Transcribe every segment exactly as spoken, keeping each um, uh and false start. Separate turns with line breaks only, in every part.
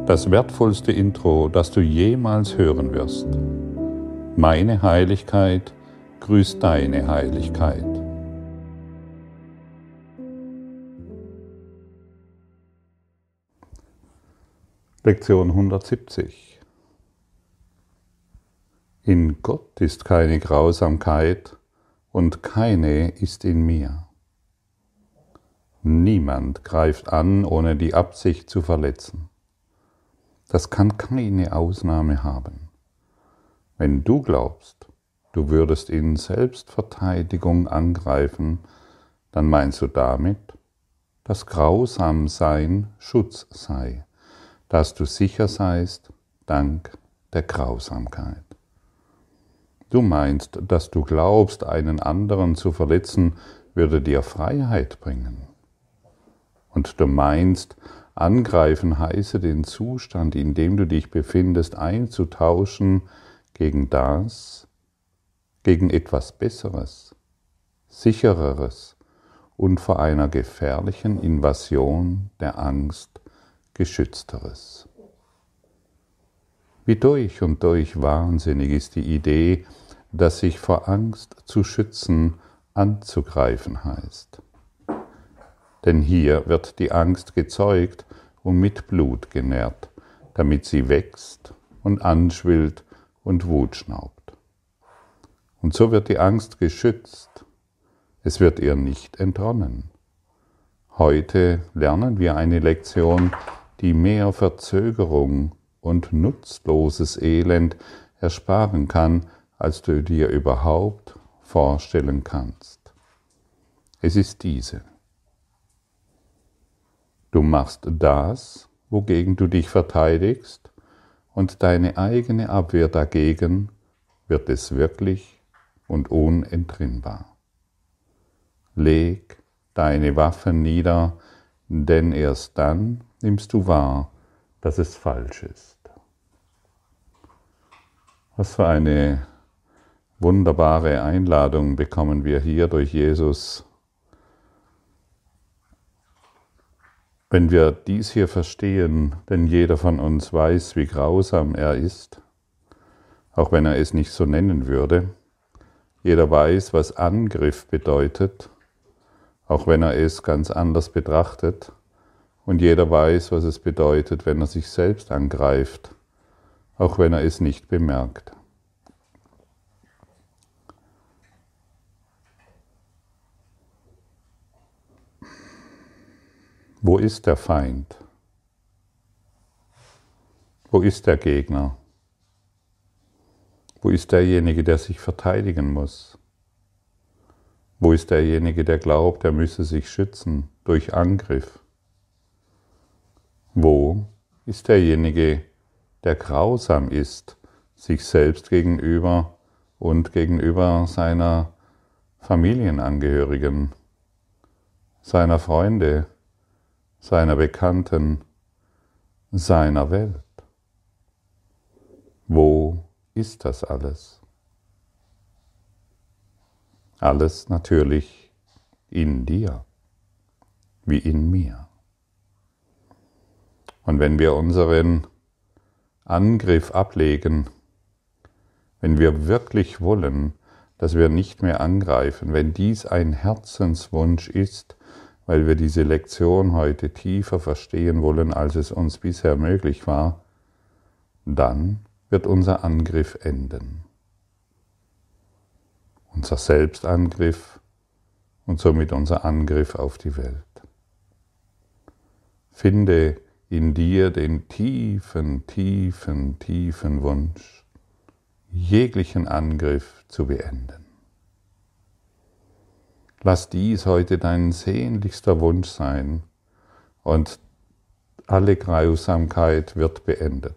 Das wertvollste Intro, das du jemals hören wirst. Meine Heiligkeit grüßt deine Heiligkeit. Lektion hundertsiebzig. In Gott ist keine Grausamkeit und keine ist in mir. Niemand greift an, ohne die Absicht zu verletzen. Das kann keine Ausnahme haben. Wenn du glaubst, du würdest in Selbstverteidigung angreifen, dann meinst du damit, dass Grausamsein Schutz sei, dass du sicher seist dank der Grausamkeit. Du meinst, dass du glaubst, einen anderen zu verletzen, würde dir Freiheit bringen. Und du meinst, angreifen heiße den Zustand, in dem du dich befindest, einzutauschen gegen das, gegen etwas Besseres, Sichereres und vor einer gefährlichen Invasion der Angst Geschützteres. Wie durch und durch wahnsinnig ist die Idee, dass sich vor Angst zu schützen anzugreifen heißt. Denn hier wird die Angst gezeugt und mit Blut genährt, damit sie wächst und anschwillt und Wut schnaubt. Und so wird die Angst geschützt, es wird ihr nicht entronnen. Heute lernen wir eine Lektion, die mehr Verzögerung und nutzloses Elend ersparen kann, als du dir überhaupt vorstellen kannst. Es ist diese. Du machst das, wogegen du dich verteidigst, und deine eigene Abwehr dagegen wird es wirklich und unentrinnbar. Leg deine Waffen nieder, denn erst dann nimmst du wahr, dass es falsch ist. Was für eine wunderbare Einladung bekommen wir hier durch Jesus. Wenn wir dies hier verstehen, denn jeder von uns weiß, wie grausam er ist, auch wenn er es nicht so nennen würde. Jeder weiß, was Angriff bedeutet, auch wenn er es ganz anders betrachtet. Und jeder weiß, was es bedeutet, wenn er sich selbst angreift, auch wenn er es nicht bemerkt. Wo ist der Feind? Wo ist der Gegner? Wo ist derjenige, der sich verteidigen muss? Wo ist derjenige, der glaubt, er müsse sich schützen durch Angriff? Wo ist derjenige, der grausam ist, sich selbst gegenüber und gegenüber seiner Familienangehörigen, seiner Freunde, seiner Bekannten, seiner Welt? Wo ist das alles? Alles natürlich in dir, wie in mir. Und wenn wir unseren Angriff ablegen, wenn wir wirklich wollen, dass wir nicht mehr angreifen, wenn dies ein Herzenswunsch ist, weil wir diese Lektion heute tiefer verstehen wollen, als es uns bisher möglich war, dann wird unser Angriff enden. Unser Selbstangriff und somit unser Angriff auf die Welt. Finde in dir den tiefen, tiefen, tiefen Wunsch, jeglichen Angriff zu beenden. Lass dies heute dein sehnlichster Wunsch sein und alle Grausamkeit wird beendet.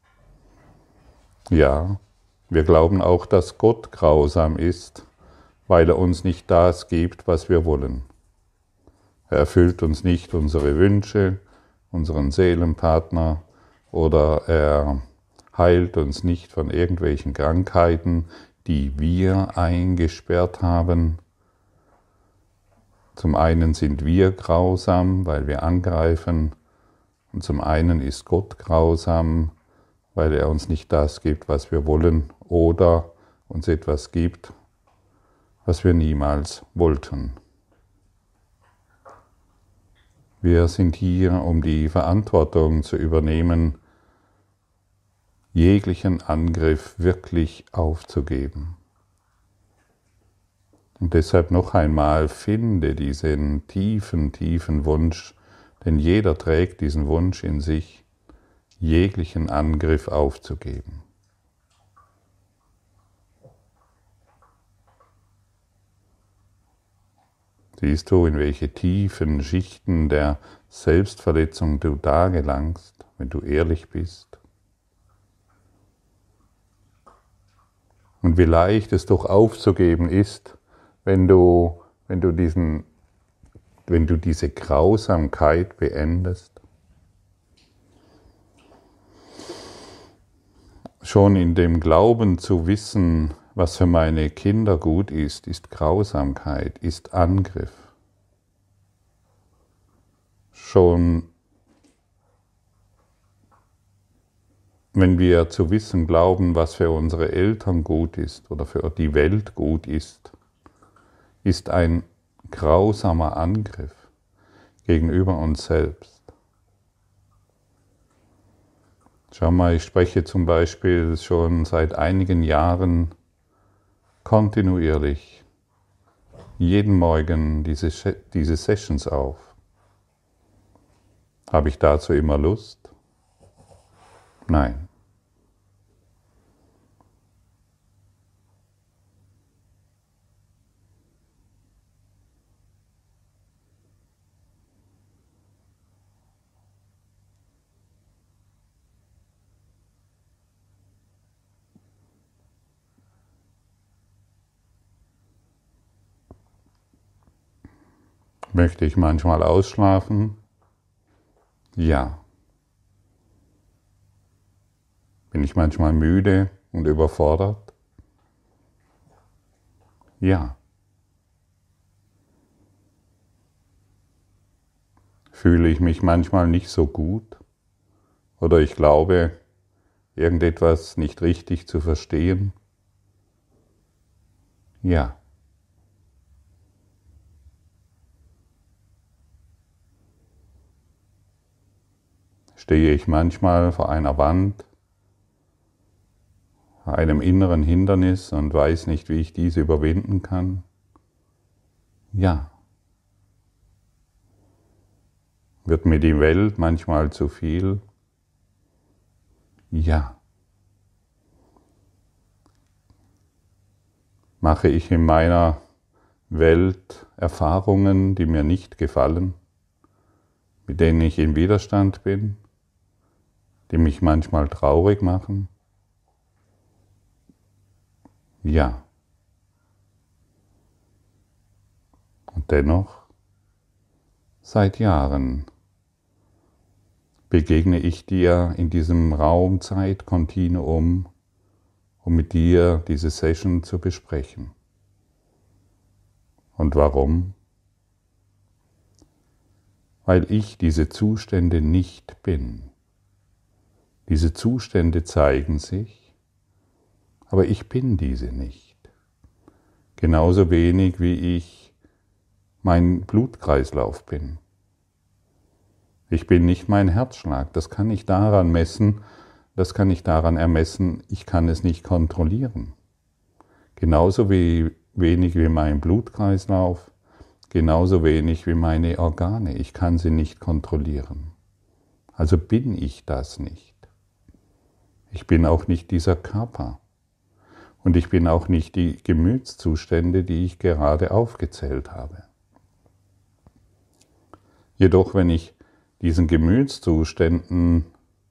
Ja, wir glauben auch, dass Gott grausam ist, weil er uns nicht das gibt, was wir wollen. Er erfüllt uns nicht unsere Wünsche, unseren Seelenpartner, oder er heilt uns nicht von irgendwelchen Krankheiten, die wir eingesperrt haben. Zum einen sind wir grausam, weil wir angreifen, Und zum einen ist Gott grausam, weil er uns nicht das gibt, was wir wollen, oder uns etwas gibt, was wir niemals wollten. Wir sind hier, um die Verantwortung zu übernehmen, jeglichen Angriff wirklich aufzugeben. Und deshalb noch einmal, finde diesen tiefen, tiefen Wunsch, denn jeder trägt diesen Wunsch in sich, jeglichen Angriff aufzugeben. Siehst du, in welche tiefen Schichten der Selbstverletzung du da gelangst, wenn du ehrlich bist? Und wie leicht es doch aufzugeben ist, wenn du, wenn du, diesen, wenn du diese Grausamkeit beendest. Schon in dem Glauben zu wissen, was für meine Kinder gut ist, ist Grausamkeit, ist Angriff. Schon wenn wir zu wissen glauben, was für unsere Eltern gut ist oder für die Welt gut ist, ist ein grausamer Angriff gegenüber uns selbst. Schau mal, ich spreche zum Beispiel schon seit einigen Jahren kontinuierlich jeden Morgen diese, diese Sessions auf. Habe ich dazu immer Lust? Nein. Möchte ich manchmal ausschlafen? Ja. Bin ich manchmal müde und überfordert? Ja. Fühle ich mich manchmal nicht so gut? Oder ich glaube, irgendetwas nicht richtig zu verstehen? Ja. Stehe ich manchmal vor einer Wand, einem inneren Hindernis und weiß nicht, wie ich diese überwinden kann? Ja. Wird mir die Welt manchmal zu viel? Ja. Mache ich in meiner Welt Erfahrungen, die mir nicht gefallen, mit denen ich in Widerstand bin, die mich manchmal traurig machen? Ja. Und dennoch, seit Jahren begegne ich dir in diesem Raum-Zeit-Kontinuum, um mit dir diese Session zu besprechen. Und warum? Weil ich diese Zustände nicht bin. Diese Zustände zeigen sich, aber ich bin diese nicht. Genauso wenig wie ich mein Blutkreislauf bin. Ich bin nicht mein Herzschlag, das kann ich daran messen, das kann ich daran ermessen, ich kann es nicht kontrollieren. Genauso wie wenig wie mein Blutkreislauf, genauso wenig wie meine Organe, ich kann sie nicht kontrollieren. Also bin ich das nicht. Ich bin auch nicht dieser Körper. Und ich bin auch nicht die Gemütszustände, die ich gerade aufgezählt habe. Jedoch, wenn ich diesen Gemütszuständen,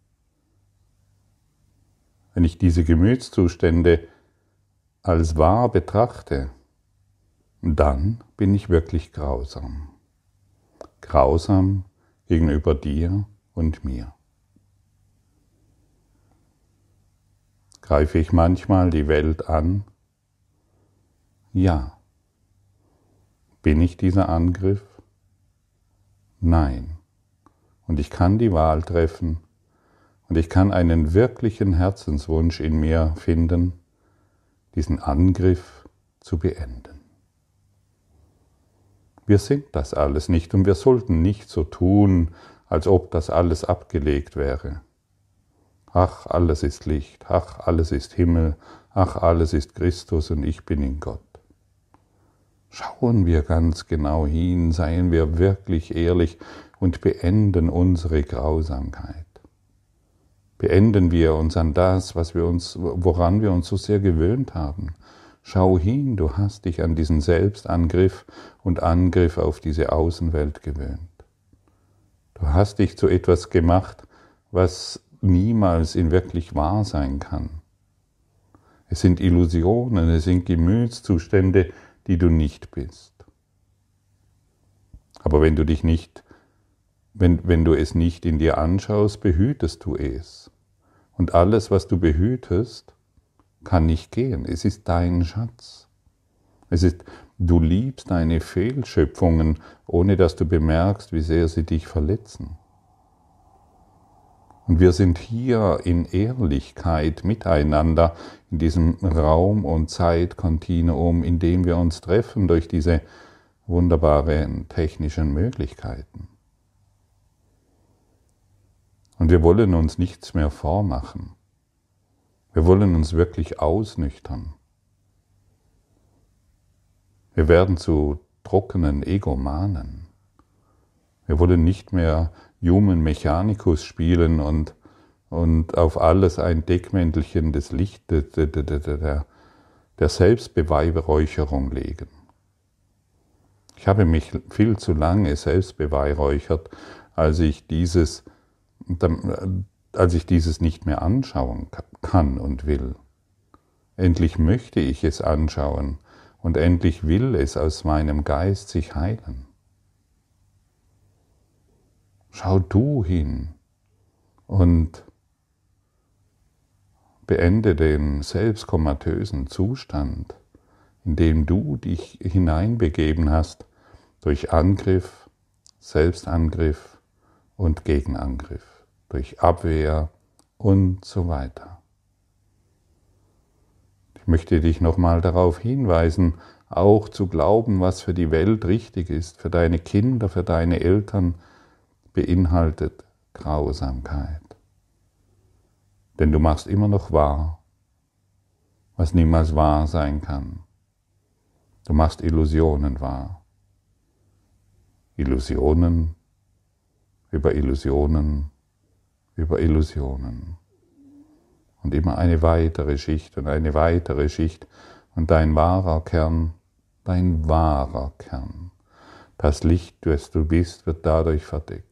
wenn ich diese Gemütszustände als wahr betrachte, dann bin ich wirklich grausam. Grausam gegenüber dir und mir. Greife ich manchmal die Welt an? Ja. Bin ich dieser Angriff? Nein. Und ich kann die Wahl treffen und ich kann einen wirklichen Herzenswunsch in mir finden, diesen Angriff zu beenden. Wir sind das alles nicht und wir sollten nicht so tun, als ob das alles abgelegt wäre. Ach, alles ist Licht, ach, alles ist Himmel, ach, alles ist Christus und ich bin in Gott. Schauen wir ganz genau hin, seien wir wirklich ehrlich und beenden unsere Grausamkeit. Beenden wir uns an das, was wir uns, woran wir uns so sehr gewöhnt haben. Schau hin, du hast dich an diesen Selbstangriff und Angriff auf diese Außenwelt gewöhnt. Du hast dich zu etwas gemacht, was niemals in wirklich wahr sein kann. Es sind Illusionen, es sind Gemütszustände, die du nicht bist. Aber wenn du dich nicht, wenn, wenn du es nicht in dir anschaust, behütest du es. Und alles, was du behütest, kann nicht gehen. Es ist dein Schatz. Es ist, du liebst deine Fehlschöpfungen, ohne dass du bemerkst, wie sehr sie dich verletzen. Und wir sind hier in Ehrlichkeit miteinander, in diesem Raum- und Zeitkontinuum, in dem wir uns treffen durch diese wunderbaren technischen Möglichkeiten. Und wir wollen uns nichts mehr vormachen. Wir wollen uns wirklich ausnüchtern. Wir werden zu trockenen Egomanen. Wir wollen nicht mehr Human Mechanicus spielen und, und auf alles ein Deckmäntelchen des Lichtes, der, der, der, der Selbstbeweihräucherung legen. Ich habe mich viel zu lange selbst beweihräuchert, als ich dieses, als ich dieses nicht mehr anschauen kann und will. Endlich möchte ich es anschauen und endlich will es aus meinem Geist sich heilen. Schau du hin und beende den selbstkomatösen Zustand, in dem du dich hineinbegeben hast durch Angriff, Selbstangriff und Gegenangriff, durch Abwehr und so weiter. Ich möchte dich nochmal darauf hinweisen, auch zu glauben, was für die Welt richtig ist, für deine Kinder, für deine Eltern, beinhaltet Grausamkeit. Denn du machst immer noch wahr, was niemals wahr sein kann. Du machst Illusionen wahr. Illusionen über Illusionen über Illusionen. Und immer eine weitere Schicht und eine weitere Schicht. Und dein wahrer Kern, dein wahrer Kern, das Licht, das du bist, wird dadurch verdeckt.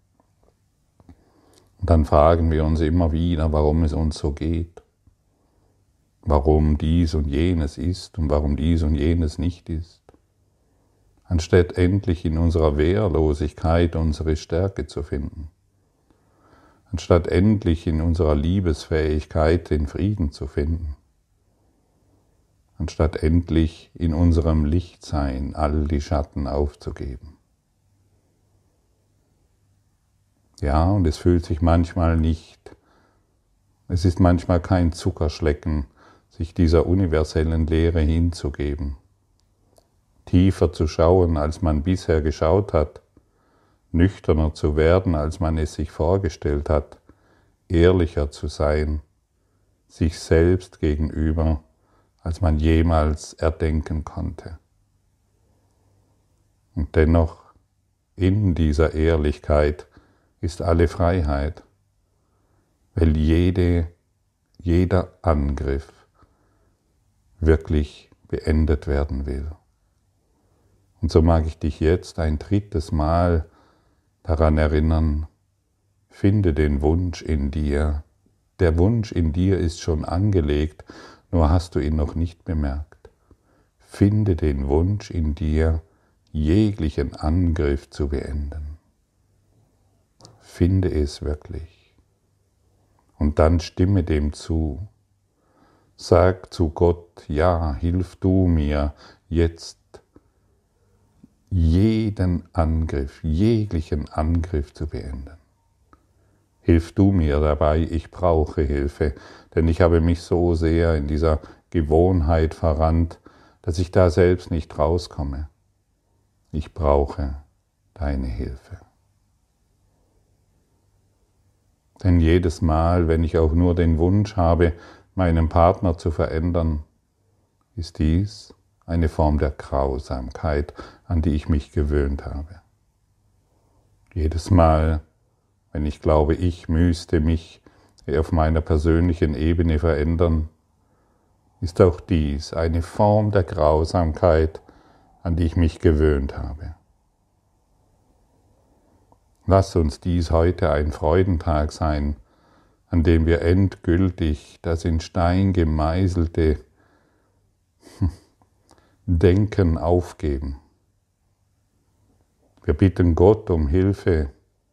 Und dann fragen wir uns immer wieder, warum es uns so geht, warum dies und jenes ist und warum dies und jenes nicht ist, anstatt endlich in unserer Wehrlosigkeit unsere Stärke zu finden, anstatt endlich in unserer Liebesfähigkeit den Frieden zu finden, anstatt endlich in unserem Lichtsein all die Schatten aufzugeben. Ja, und es fühlt sich manchmal nicht, es ist manchmal kein Zuckerschlecken, sich dieser universellen Lehre hinzugeben, tiefer zu schauen, als man bisher geschaut hat, nüchterner zu werden, als man es sich vorgestellt hat, ehrlicher zu sein, sich selbst gegenüber, als man jemals erdenken konnte. Und dennoch, in dieser Ehrlichkeit ist alle Freiheit, weil jede, jeder Angriff wirklich beendet werden will. Und so mag ich dich jetzt ein drittes Mal daran erinnern, finde den Wunsch in dir. Der Wunsch in dir ist schon angelegt, nur hast du ihn noch nicht bemerkt. Finde den Wunsch in dir, jeglichen Angriff zu beenden. Finde es wirklich. Und dann stimme dem zu. Sag zu Gott, ja, hilf du mir jetzt jeden Angriff, jeglichen Angriff zu beenden. Hilf du mir dabei, ich brauche Hilfe, denn ich habe mich so sehr in dieser Gewohnheit verrannt, dass ich da selbst nicht rauskomme. Ich brauche deine Hilfe. Denn jedes Mal, wenn ich auch nur den Wunsch habe, meinen Partner zu verändern, ist dies eine Form der Grausamkeit, an die ich mich gewöhnt habe. Jedes Mal, wenn ich glaube, ich müsste mich auf meiner persönlichen Ebene verändern, ist auch dies eine Form der Grausamkeit, an die ich mich gewöhnt habe. Lass uns dies heute ein Freudentag sein, an dem wir endgültig das in Stein gemeißelte Denken aufgeben. Wir bitten Gott um Hilfe,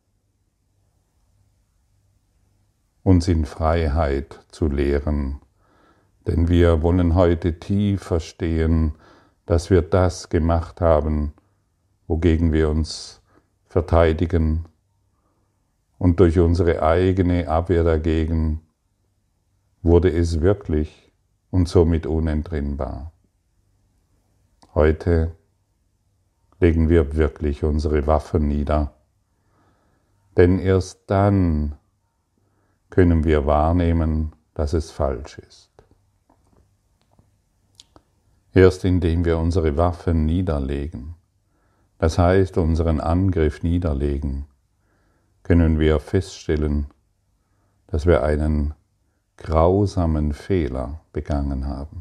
uns in Freiheit zu lehren, denn wir wollen heute tief verstehen, dass wir das gemacht haben, wogegen wir uns verteidigen und durch unsere eigene Abwehr dagegen wurde es wirklich und somit unentrinnbar. Heute legen wir wirklich unsere Waffen nieder, denn erst dann können wir wahrnehmen, dass es falsch ist. Erst indem wir unsere Waffen niederlegen, das heißt unseren Angriff niederlegen, können wir feststellen, dass wir einen grausamen Fehler begangen haben.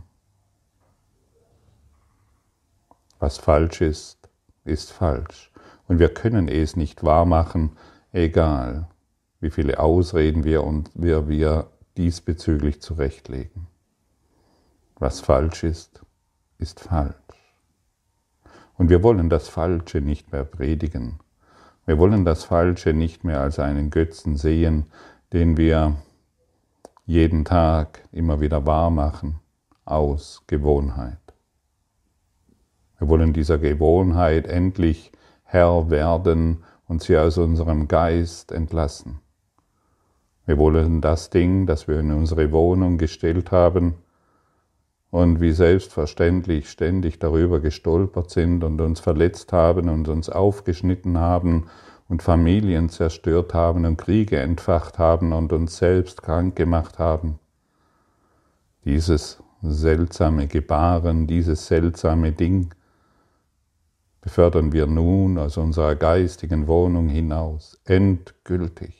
Was falsch ist, ist falsch. Und wir können es nicht wahrmachen, egal wie viele Ausreden wir und wir, wir diesbezüglich zurechtlegen. Was falsch ist, ist falsch. Und wir wollen das Falsche nicht mehr predigen. Wir wollen das Falsche nicht mehr als einen Götzen sehen, den wir jeden Tag immer wieder wahr machen, aus Gewohnheit. Wir wollen dieser Gewohnheit endlich Herr werden und sie aus unserem Geist entlassen. Wir wollen das Ding, das wir in unsere Wohnung gestellt haben und wie selbstverständlich ständig darüber gestolpert sind und uns verletzt haben und uns aufgeschnitten haben und Familien zerstört haben und Kriege entfacht haben und uns selbst krank gemacht haben. Dieses seltsame Gebaren, dieses seltsame Ding befördern wir nun aus unserer geistigen Wohnung hinaus, endgültig.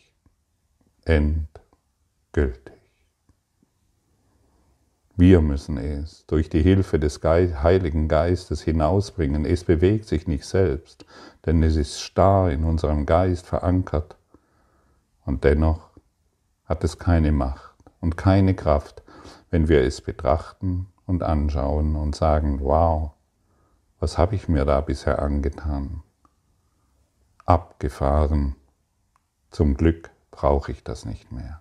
Endgültig. Wir müssen es durch die Hilfe des Heiligen Geistes hinausbringen. Es bewegt sich nicht selbst, denn es ist starr in unserem Geist verankert. Und dennoch hat es keine Macht und keine Kraft, wenn wir es betrachten und anschauen und sagen, wow, was habe ich mir da bisher angetan? Abgefahren. Zum Glück brauche ich das nicht mehr.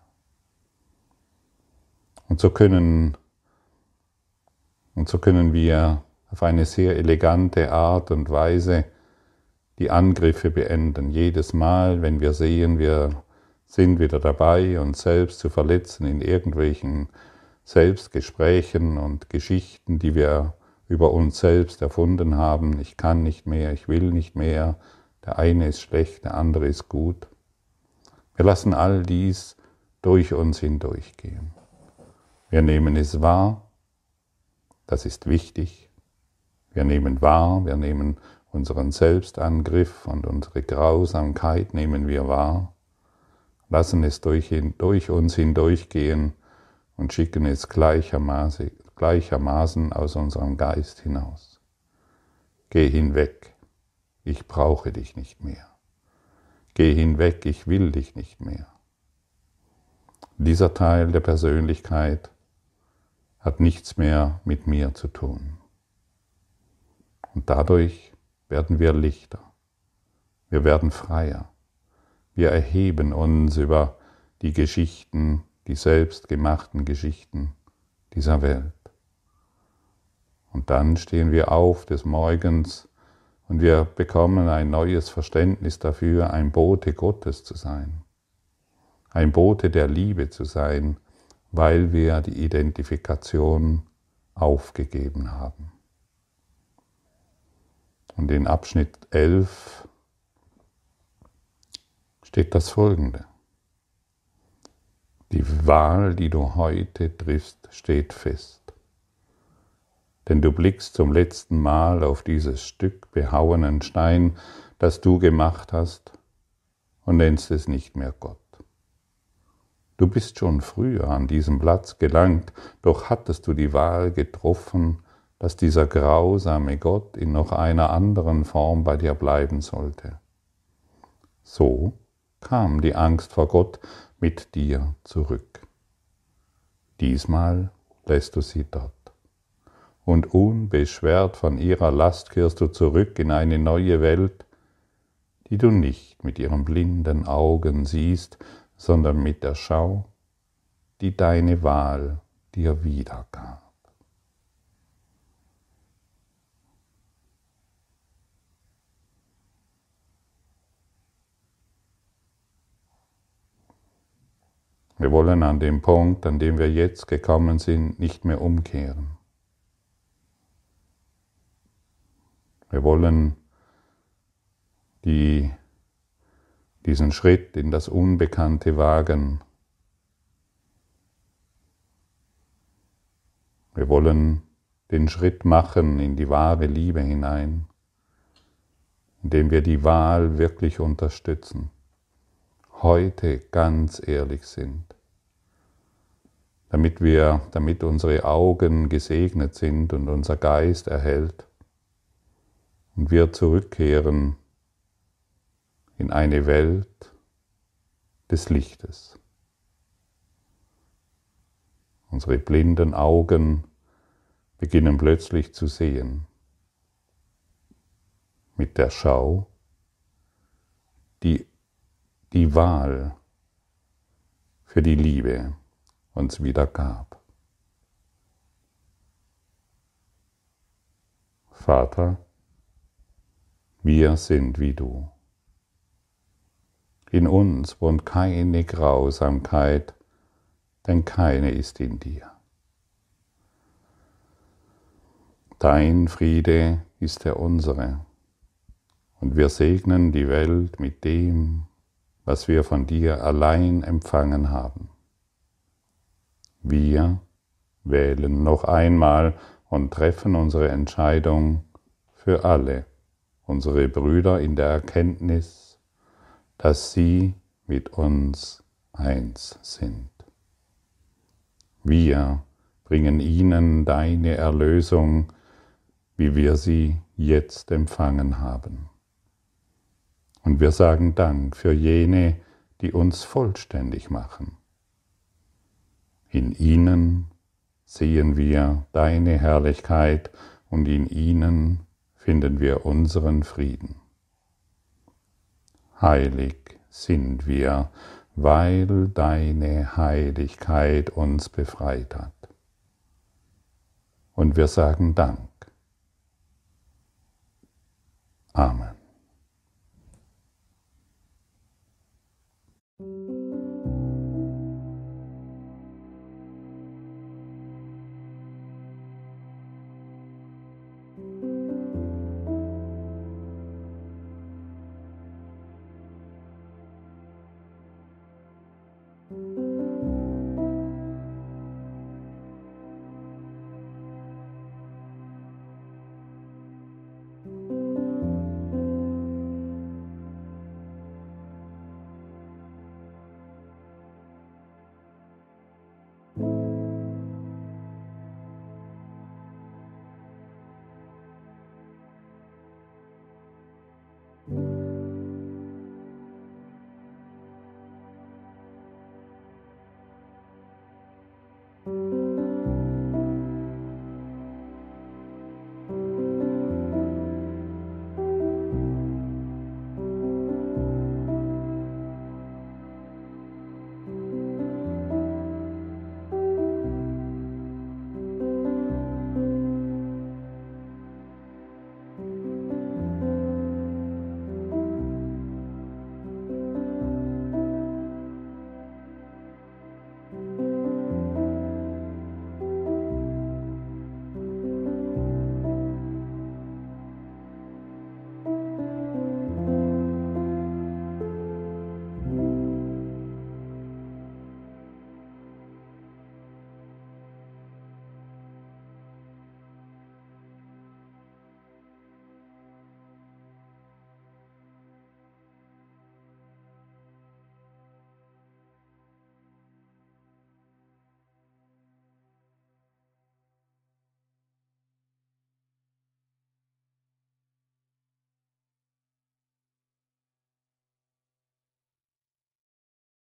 Und so können, und so können wir auf eine sehr elegante Art und Weise die Angriffe beenden. Jedes Mal, wenn wir sehen, wir sind wieder dabei, uns selbst zu verletzen in irgendwelchen Selbstgesprächen und Geschichten, die wir über uns selbst erfunden haben. Ich kann nicht mehr, ich will nicht mehr, der eine ist schlecht, der andere ist gut. Wir lassen all dies durch uns hindurchgehen. Wir nehmen es wahr, das ist wichtig. Wir nehmen wahr, wir nehmen unseren Selbstangriff und unsere Grausamkeit nehmen wir wahr, lassen es durch, durch uns hindurchgehen und schicken es gleichermaßen, gleichermaßen aus unserem Geist hinaus. Geh hinweg, ich brauche dich nicht mehr. Geh hinweg, ich will dich nicht mehr. Dieser Teil der Persönlichkeit hat nichts mehr mit mir zu tun. Und dadurch werden wir lichter. Wir werden freier. Wir erheben uns über die Geschichten, die selbstgemachten Geschichten dieser Welt. Und dann stehen wir auf des Morgens und wir bekommen ein neues Verständnis dafür, ein Bote Gottes zu sein. ein Bote der Liebe zu sein, weil wir die Identifikation aufgegeben haben. Und in Abschnitt elf steht das Folgende. Die Wahl, die du heute triffst, steht fest. Denn du blickst zum letzten Mal auf dieses Stück behauenen Stein, das du gemacht hast, und nennst es nicht mehr Gott. Du bist schon früher an diesem Platz gelangt, doch hattest du die Wahl getroffen, dass dieser grausame Gott in noch einer anderen Form bei dir bleiben sollte. So kam die Angst vor Gott mit dir zurück. Diesmal lässt du sie dort. Und unbeschwert von ihrer Last kehrst du zurück in eine neue Welt, die du nicht mit ihren blinden Augen siehst, sondern mit der Schau, die deine Wahl dir wiedergab. Wir wollen an dem Punkt, an dem wir jetzt gekommen sind, nicht mehr umkehren. Wir wollen die, diesen Schritt in das Unbekannte wagen. Wir wollen den Schritt machen in die wahre Liebe hinein, indem wir die Wahl wirklich unterstützen, heute ganz ehrlich sind, damit wir, damit unsere Augen gesegnet sind und unser Geist erhellt und wir zurückkehren in eine Welt des Lichtes. Unsere blinden Augen beginnen plötzlich zu sehen, mit der Schau, die die Wahl für die Liebe uns wieder gab. Vater, wir sind wie du. In uns wohnt keine Grausamkeit, denn keine ist in dir. Dein Friede ist der unsere, und wir segnen die Welt mit dem, was wir von dir allein empfangen haben. Wir wählen noch einmal und treffen unsere Entscheidung für alle unsere Brüder in der Erkenntnis, dass sie mit uns eins sind. Wir bringen ihnen deine Erlösung, wie wir sie jetzt empfangen haben. Und wir sagen Dank für jene, die uns vollständig machen. In ihnen sehen wir deine Herrlichkeit und in ihnen finden wir unseren Frieden. Heilig sind wir, weil deine Heiligkeit uns befreit hat. Und wir sagen Dank. Amen.
Thank you.